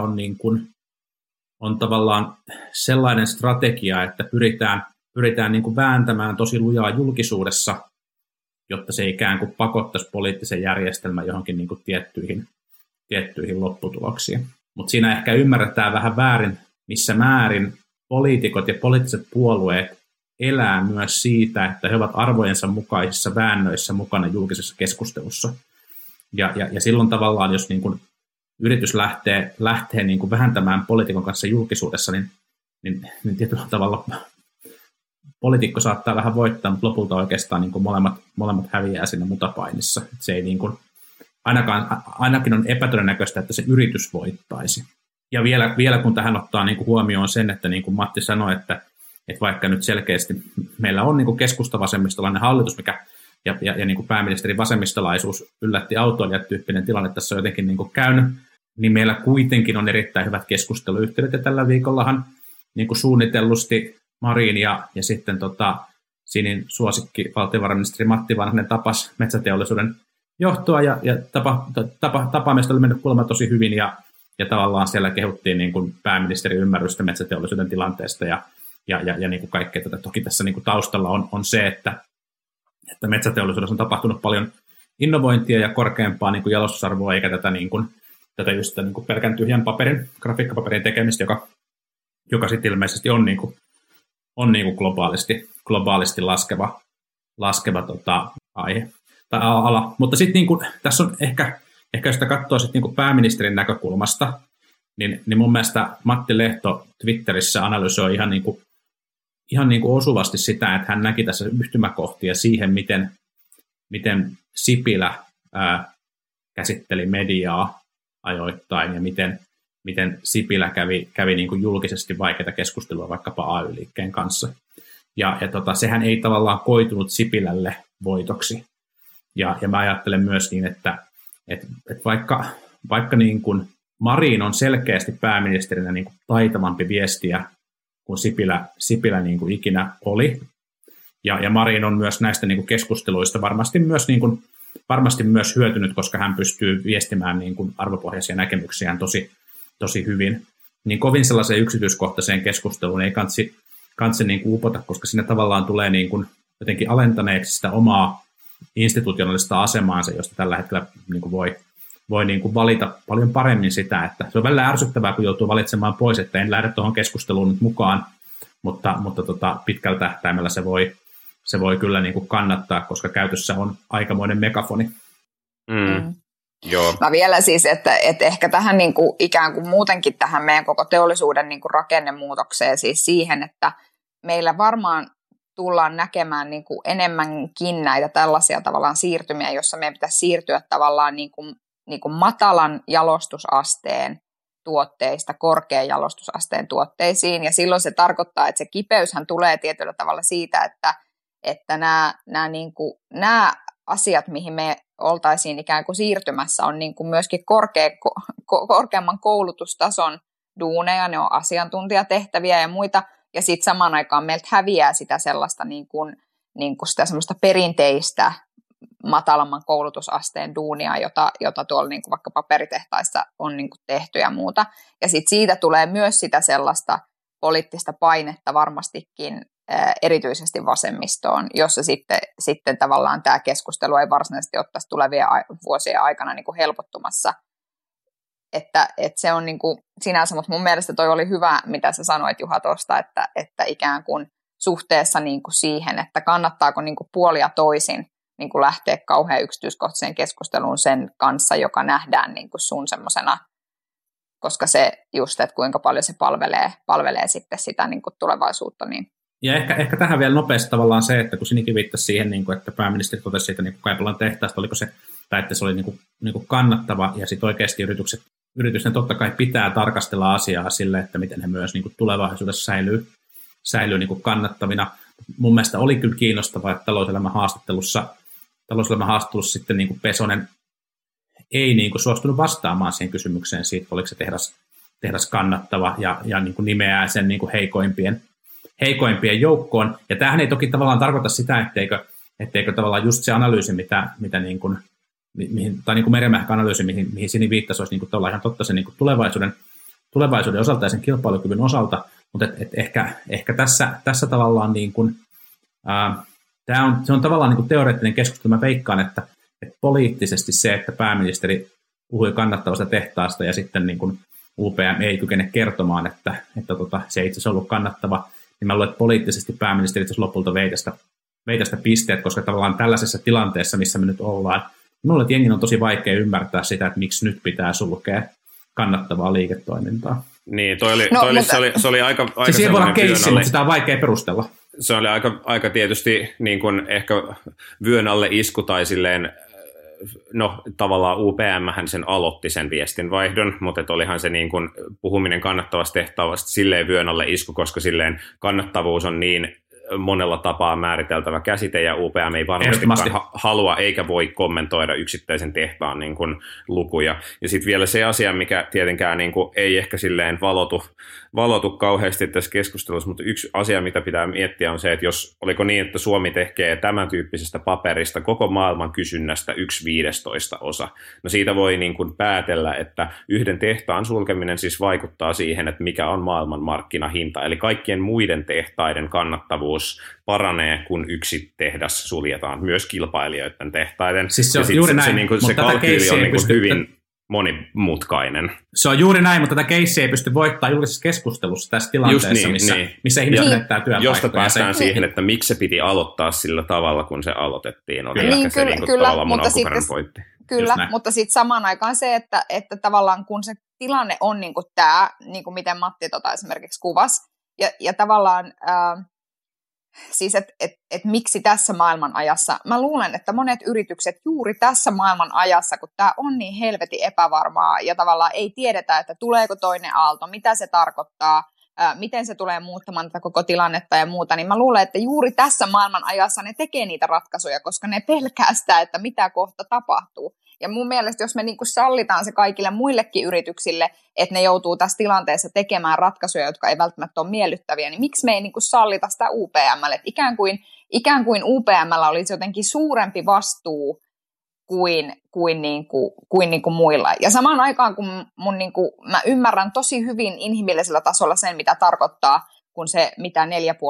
on tavallaan sellainen strategia, että pyritään niin kuin vääntämään tosi lujaa julkisuudessa jotta se ikään kuin pakottaisi poliittisen järjestelmän johonkin niin kuin tiettyihin lopputuloksiin. Mutta siinä ehkä ymmärretään vähän väärin, missä määrin poliitikot ja poliittiset puolueet elää myös siitä, että he ovat arvojensa mukaisissa väännöissä mukana julkisessa keskustelussa. Ja silloin tavallaan, jos niin kuin yritys lähtee niin kuin vähentämään poliitikon kanssa julkisuudessa, niin tietyllä tavalla poliitikko saattaa vähän voittaa, mutta lopulta oikeastaan niin kuin molemmat häviää siinä mutapainissa. Et se ei niin kuin, ainakin on epätodennäköistä, että se yritys voittaisi. Ja vielä kun tähän ottaa niin kuin huomioon sen, että niin kuin Matti sanoi, että vaikka nyt selkeästi meillä on niin kuin keskustavasemmistolainen hallitus, ja niin kuin pääministerin vasemmistolaisuus yllätti autoilijat-tyyppinen tilanne tässä on jotenkin niin kuin käynyt, niin meillä kuitenkin on erittäin hyvät keskusteluyhteydet, ja tällä viikollahan niin kuin suunnitellusti Marin ja sitten Sinin suosikki valtiovarainministeri Matti Vanhanen tapasi metsäteollisuuden johtoa, ja tapaamista oli mennyt kuulemma tosi hyvin, ja tavallaan siellä kehuttiin niin kuin pääministerin ymmärrystä metsäteollisuuden tilanteesta, ja niin kuin kaikkea tätä. Toki tässä niin kuin taustalla on se, että metsäteollisuudessa on tapahtunut paljon innovointia ja korkeampaa niin kuin jalostusarvoa, eikä tätä just niin kuin pelkän tyhjän grafiikkapaperin tekemistä, joka sitten ilmeisesti on globaalisti laskeva aihe tai ala. Mutta sitten niin tässä on ehkä jos sitä katsoo sitten niin pääministerin näkökulmasta, niin mun mielestä Matti Lehto Twitterissä analysoi ihan niin kuin osuvasti sitä, että hän näki tässä yhtymäkohtia siihen, miten Sipilä käsitteli mediaa ajoittain ja miten Sipilä kävi niin kuin julkisesti vaikeita keskustelua vaikkapa AY-liikkeen kanssa. Ja sehän ei tavallaan koitunut Sipilälle voitoksi. Ja mä ajattelen myös niin, että vaikka niin kuin Marin on selkeästi pääministerinä niin kuin taitavampi viestiä kuin Sipilä niin kuin ikinä oli. Ja Marin on myös näistä niin kuin keskusteluista varmasti myös hyötynyt, koska hän pystyy viestimään niin kuin arvopohjaisia näkemyksiään tosi hyvin. Niin kovin sellaiseen yksityiskohtaiseen keskusteluun ei kansi niin kuin upota, koska siinä tavallaan tulee niin kuin jotenkin alentaneeksi sitä omaa institutionaalista asemaansa, josta tällä hetkellä niin kuin voi niin kuin valita paljon paremmin sitä, että se on välillä ärsyttävää, kun joutuu valitsemaan pois, että en lähde tuohon keskusteluun nyt mukaan, mutta pitkällä tähtäimellä se voi kyllä niin kuin kannattaa, koska käytössä on aikamoinen megafoni. Joo. Mä vielä siis, että ehkä tähän niin kuin ikään kuin muutenkin tähän meidän koko teollisuuden niin kuin rakennemuutokseen, siis siihen, että meillä varmaan tullaan näkemään niin kuin enemmänkin näitä tällaisia tavallaan siirtymiä, jossa meidän pitäisi siirtyä tavallaan niin kuin matalan jalostusasteen tuotteista korkean jalostusasteen tuotteisiin, ja silloin se tarkoittaa, että se kipeyshän tulee tietyllä tavalla siitä, että nämä asiat, mihin me oltaisiin ikään kuin siirtymässä, on niin kuin myöskin korkeamman koulutustason duuneja, ne on asiantuntijatehtäviä ja muita, ja sitten samaan aikaan meiltä häviää sitä sellaista, sitä semmoista perinteistä matalamman koulutusasteen duunia, jota tuolla niin kuin vaikka paperitehtaissa on niin kuin tehty ja muuta. Ja sitten siitä tulee myös sitä sellaista poliittista painetta varmastikin erityisesti vasemmistoon, jossa sitten tavallaan tämä keskustelu ei varsinaisesti ottaisi tulevien vuosien aikana niin kuin helpottumassa. Että se on niin kuin sinänsä, mutta mun mielestä toi oli hyvä, mitä sä sanoit Juha tuosta, että ikään kuin suhteessa niin kuin siihen, että kannattaako niin kuin puolia toisin niin kuin lähteä kauhean yksityiskohtaiseen keskusteluun sen kanssa, joka nähdään niin kuin sun semmosena, koska se just, että kuinka paljon se palvelee sitten sitä niin kuin tulevaisuutta. Niin. Ja ehkä tähän vielä nopeasti tavallaan se, että kun Sinikin viittasi siihen, niin kuin, että pääministeri totesi siitä niin Kaipolan tehtaasta, oliko se, tai että se oli niin kuin kannattava, ja sitten oikeasti yritysten totta kai pitää tarkastella asiaa sille, että miten he myös niin kuin tulevaisuudessa säilyy niin kuin kannattavina. Mun mielestä oli kyllä kiinnostavaa, että talouselämän haastattelussa sitten niin kuin Pesonen ei niin kuin suostunut vastaamaan siihen kysymykseen siitä, oliko se tehdas kannattava, ja niin kuin nimeää sen niin kuin heikoimpien joukkoon. Ja tämähän ei toki tavallaan tarkoita sitä, etteikö tavallaan just se analyysi, mitä niin kuin, tai niin kuin Merimähkä-analyysi, mihin Sini viittasi, olisi niin kuin tavallaan ihan totta sen niin kuin tulevaisuuden osalta ja sen kilpailukyvyn osalta, mutta ehkä tässä tavallaan niin kuin, se on tavallaan niin kuin teoreettinen keskustelu. Mä veikkaan, että poliittisesti se, että pääministeri puhui kannattavasta tehtaasta ja sitten niin kuin UPM ei kykene kertomaan, että se ei itse asiassa ollut kannattava, niin mä luulen, että poliittisesti pääministeri itse asiassa lopulta vei tästä pisteet, koska tavallaan tällaisessa tilanteessa, missä me nyt ollaan, minulle että jengin on tosi vaikea ymmärtää sitä, että miksi nyt pitää sulkea kannattavaa liiketoimintaa. Niin, se oli aika se siihen voi olla keissi, mutta sitä on vaikea perustella. Se oli aika tietysti niin kuin ehkä vyön alle isku tai silleen, no tavallaan UPM:hän sen aloitti sen viestinvaihdon, mutta olihan se niin kuin puhuminen kannattavasta tehtävästä silleen vyön alle isku, koska silleen kannattavuus on niin monella tapaa määriteltävä käsite, ja UPM ei varmastikaan halua eikä voi kommentoida yksittäisen tehtaan niin kuin lukuja. Ja sitten vielä se asia, mikä tietenkään niin kuin ei ehkä silleen valotu kauheasti tässä keskustelussa, mutta yksi asia, mitä pitää miettiä, on se, että oliko niin, että Suomi tekee tämän tyyppisestä paperista koko maailman kysynnästä 1/15. No siitä voi niin kuin päätellä, että yhden tehtaan sulkeminen siis vaikuttaa siihen, että mikä on maailman markkinahinta, eli kaikkien muiden tehtaiden kannattavuus paranee, kun yksi tehdas suljetaan, myös kilpailijoiden tehtaiden. Siis se on juuri näin, se kalkyyli on niin kuin hyvin monimutkainen. Se on juuri näin, mutta tätä keissiä ei pysty voittamaan julkisessa keskustelussa tässä tilanteessa, missä ihmiset menettää työpaikkoja. Josta päästään siihen, että miksi se piti aloittaa sillä tavalla, kun se aloitettiin. Oli ehkä se tavallaan mun alkuperäinen pointti. Kyllä, mutta sitten samaan aikaan se, että tavallaan kun se tilanne on niin kuin tämä, niin kuin miten Matti esimerkiksi kuvasi, ja tavallaan siis, että miksi tässä maailman ajassa, mä luulen, että monet yritykset juuri tässä maailman ajassa, kun tämä on niin helvetin epävarmaa ja tavallaan ei tiedetä, että tuleeko toinen aalto, mitä se tarkoittaa, miten se tulee muuttamaan tätä koko tilannetta ja muuta, niin mä luulen, että juuri tässä maailman ajassa ne tekee niitä ratkaisuja, koska ne pelkää sitä, että mitä kohta tapahtuu. Ja mun mielestä, jos me niin kuin sallitaan se kaikille muillekin yrityksille, että ne joutuu tässä tilanteessa tekemään ratkaisuja, jotka ei välttämättä ole miellyttäviä, niin miksi me ei niin kuin sallita sitä UPM:lle? Että ikään kuin UPM:llä olisi jotenkin suurempi vastuu kuin muilla. Ja samaan aikaan, kun mä ymmärrän tosi hyvin inhimillisellä tasolla sen, mitä tarkoittaa, kun se mitä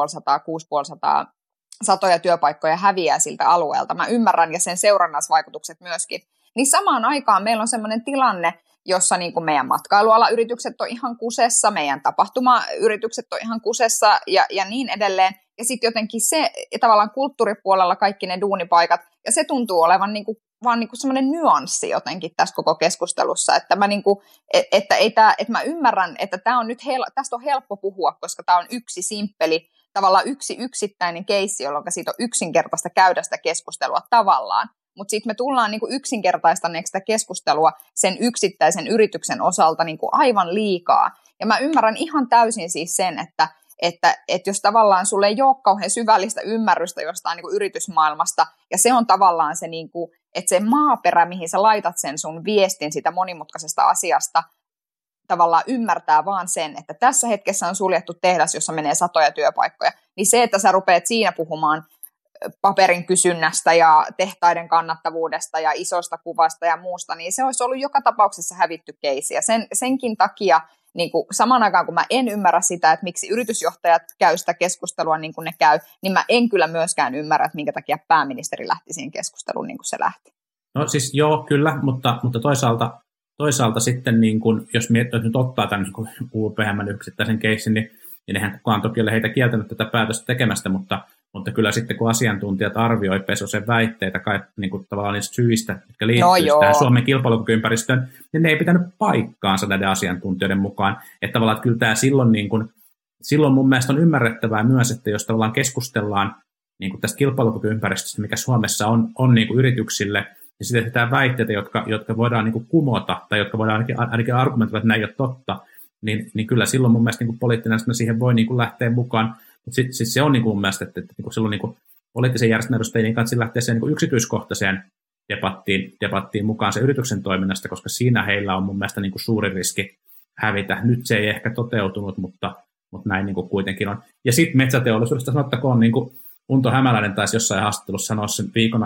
450-650 satoja työpaikkoja häviää siltä alueelta. Mä ymmärrän ja sen seurannaisvaikutukset myöskin. Niin samaan aikaan meillä on sellainen tilanne, jossa niin kuin meidän matkailualayritykset on ihan kusessa, meidän tapahtumayritykset on ihan kusessa ja niin edelleen. Ja sitten jotenkin se tavallaan kulttuuripuolella kaikki ne duunipaikat, ja se tuntuu olevan niin kuin, vaan niin kuin semmoinen nyanssi jotenkin tässä koko keskustelussa, että mä, niin kuin, että mä ymmärrän, että tämä on nyt tästä on helppo puhua, koska tämä on yksi simppeli, tavallaan yksi yksittäinen keissi, jolloin siitä on yksinkertaista käydä sitä keskustelua tavallaan. Mutta sitten me tullaan niinku yksinkertaistaneeksi sitä keskustelua sen yksittäisen yrityksen osalta niinku aivan liikaa. Ja mä ymmärrän ihan täysin siis sen, että jos tavallaan sulle ei ole kauhean syvällistä ymmärrystä jostain niinku yritysmaailmasta, ja se on tavallaan se, niinku, että se maaperä, mihin sä laitat sen sun viestin sitä monimutkaisesta asiasta, tavallaan ymmärtää vaan sen, että tässä hetkessä on suljettu tehdas, jossa menee satoja työpaikkoja, niin se, että sä rupeat siinä puhumaan paperin kysynnästä ja tehtaiden kannattavuudesta ja isosta kuvasta ja muusta, niin se olisi ollut joka tapauksessa hävitty keissi. Ja senkin takia niin kuin samaan aikaan, kun mä en ymmärrä sitä, että miksi yritysjohtajat käy sitä keskustelua niin kuin ne käy, niin mä en kyllä myöskään ymmärrä, että minkä takia pääministeri lähti siihen keskusteluun niin kuin se lähti. No siis joo, kyllä, mutta toisaalta sitten, niin kun, jos nyt ottaa tämän niin UPM:n yksittäisen keissin, niin eihän kukaan toki ole heitä kieltänyt tätä päätöstä tekemästä, mutta kyllä sitten kun asiantuntijat arvioi Pesosen väitteitä niin kuin tavallaan niistä syistä, jotka liittyvät tähän Suomen kilpailukykyympäristöön, niin ne ei pitänyt paikkaansa näiden asiantuntijoiden mukaan. Että tavallaan että kyllä tämä silloin mun mielestä on ymmärrettävää myös, että jos tavallaan keskustellaan niin kuin tästä kilpailukykyympäristöstä, mikä Suomessa on niin kuin yrityksille, ja sitten tehdään väitteitä, jotka voidaan niin kuin kumota, tai jotka voidaan ainakin argumentoida, että näin ei ole totta, niin kyllä silloin mun mielestä niin poliittinen siihen voi niin kuin lähteä mukaan. Mutta sitten se on niin kuin mun mielestä, että niin kuin silloin niin kuin poliittisen järjestelmän edustajien kanssa lähteä siihen niin kuin yksityiskohtaiseen debattiin mukaan se yrityksen toiminnasta, koska siinä heillä on mun mielestä niin kuin suuri riski hävitä. Nyt se ei ehkä toteutunut, mutta näin niin kuin kuitenkin on. Ja sitten metsäteollisuudesta sanottakoon, niin kuin Unto Hämäläinen taisi jossain haastattelussa sanoa sen viikon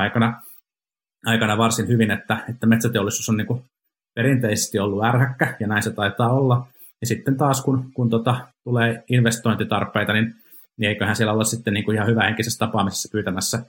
aikana varsin hyvin, että metsäteollisuus on niin kuin perinteisesti ollut ärhäkkä, ja näin se taitaa olla. Ja sitten taas, kun tulee investointitarpeita, niin eiköhän siellä olla sitten niin kuin ihan hyvähenkisessä tapaamisessa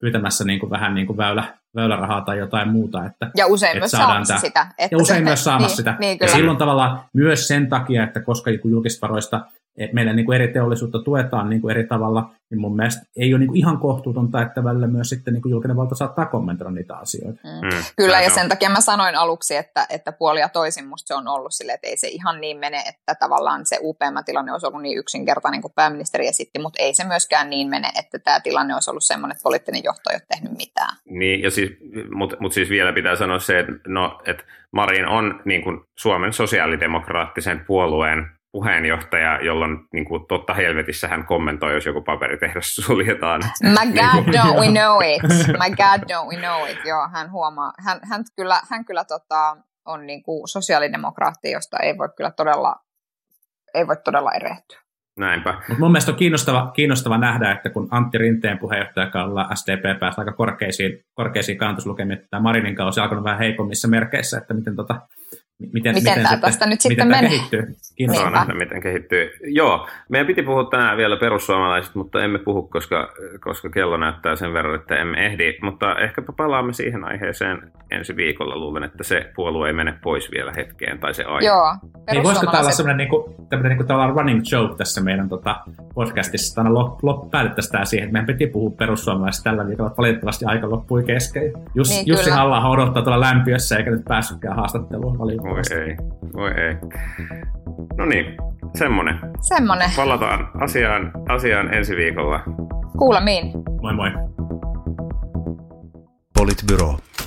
pyytämässä niin kuin vähän niin kuin väylärahaa tai jotain muuta. Että, ja usein myös saamassa sitä. Ja usein myös saamassa sitä. Niin, ja silloin tavallaan myös sen takia, että koska julkisista varoista meidän niin kuin eri teollisuutta tuetaan niin kuin eri tavalla, niin mun mielestä ei ole niin kuin ihan kohtuutonta, että välillä myös sitten niin kuin julkinen valta saattaa kommentoida niitä asioita. Kyllä, ja sen takia mä sanoin aluksi, että puoli ja toisin musta se on ollut silleen, että ei se ihan niin mene, että tavallaan se UPM-tilanne olisi ollut niin yksinkertainen kuin pääministeri esitti, mutta ei se myöskään niin mene, että tämä tilanne olisi ollut semmoinen, että poliittinen johto ei ole tehnyt mitään. Niin, ja siis, mutta siis vielä pitää sanoa se, että Marin on niin kuin Suomen sosiaalidemokraattisen puolueen puheenjohtaja, jolloin niin kuin, totta helvetissä hän kommentoi, jos joku paperitehdas suljetaan. My God, don't we know it. My God, don't we know it. Joo, hän huomaa. Hän kyllä on niin kuin sosiaalidemokraatti, josta ei voi todella erehtyä. Näinpä. Mutta mun mielestä on kiinnostava nähdä, että kun Antti Rinteen puheenjohtajakaudella SDP pääsi aika korkeisiin kannatuslukemiin, että Marinin kausi on alkanut vähän heikommissa merkeissä, että miten tämä tästä nyt sitten menee. Kehittyy. Kiinnostaa nähdä, miten kehittyy. Joo, meidän piti puhua tänään vielä perussuomalaisista, mutta emme puhu, koska kello näyttää sen verran, että emme ehdi. Mutta ehkäpä palaamme siihen aiheeseen ensi viikolla. Luulen, että se puolue ei mene pois vielä hetkeen, tai se aihe. Joo, niin voisiko täällä olla sellainen tämmöinen running joke tässä meidän podcastissa, että aina päätettäisiin tämä siihen, että meidän piti puhua perussuomalaisista tällä viikolla, valitettavasti aika loppui kesken. Jussi Halla-aho odottaa tuolla lämpiössä, eikä nyt päässytkään haastatteluun valitettavasti. Voi ei. No niin, semmonen. Palataan asiaan ensi viikolla. Kuulemiin. Moi moi. Politbyro.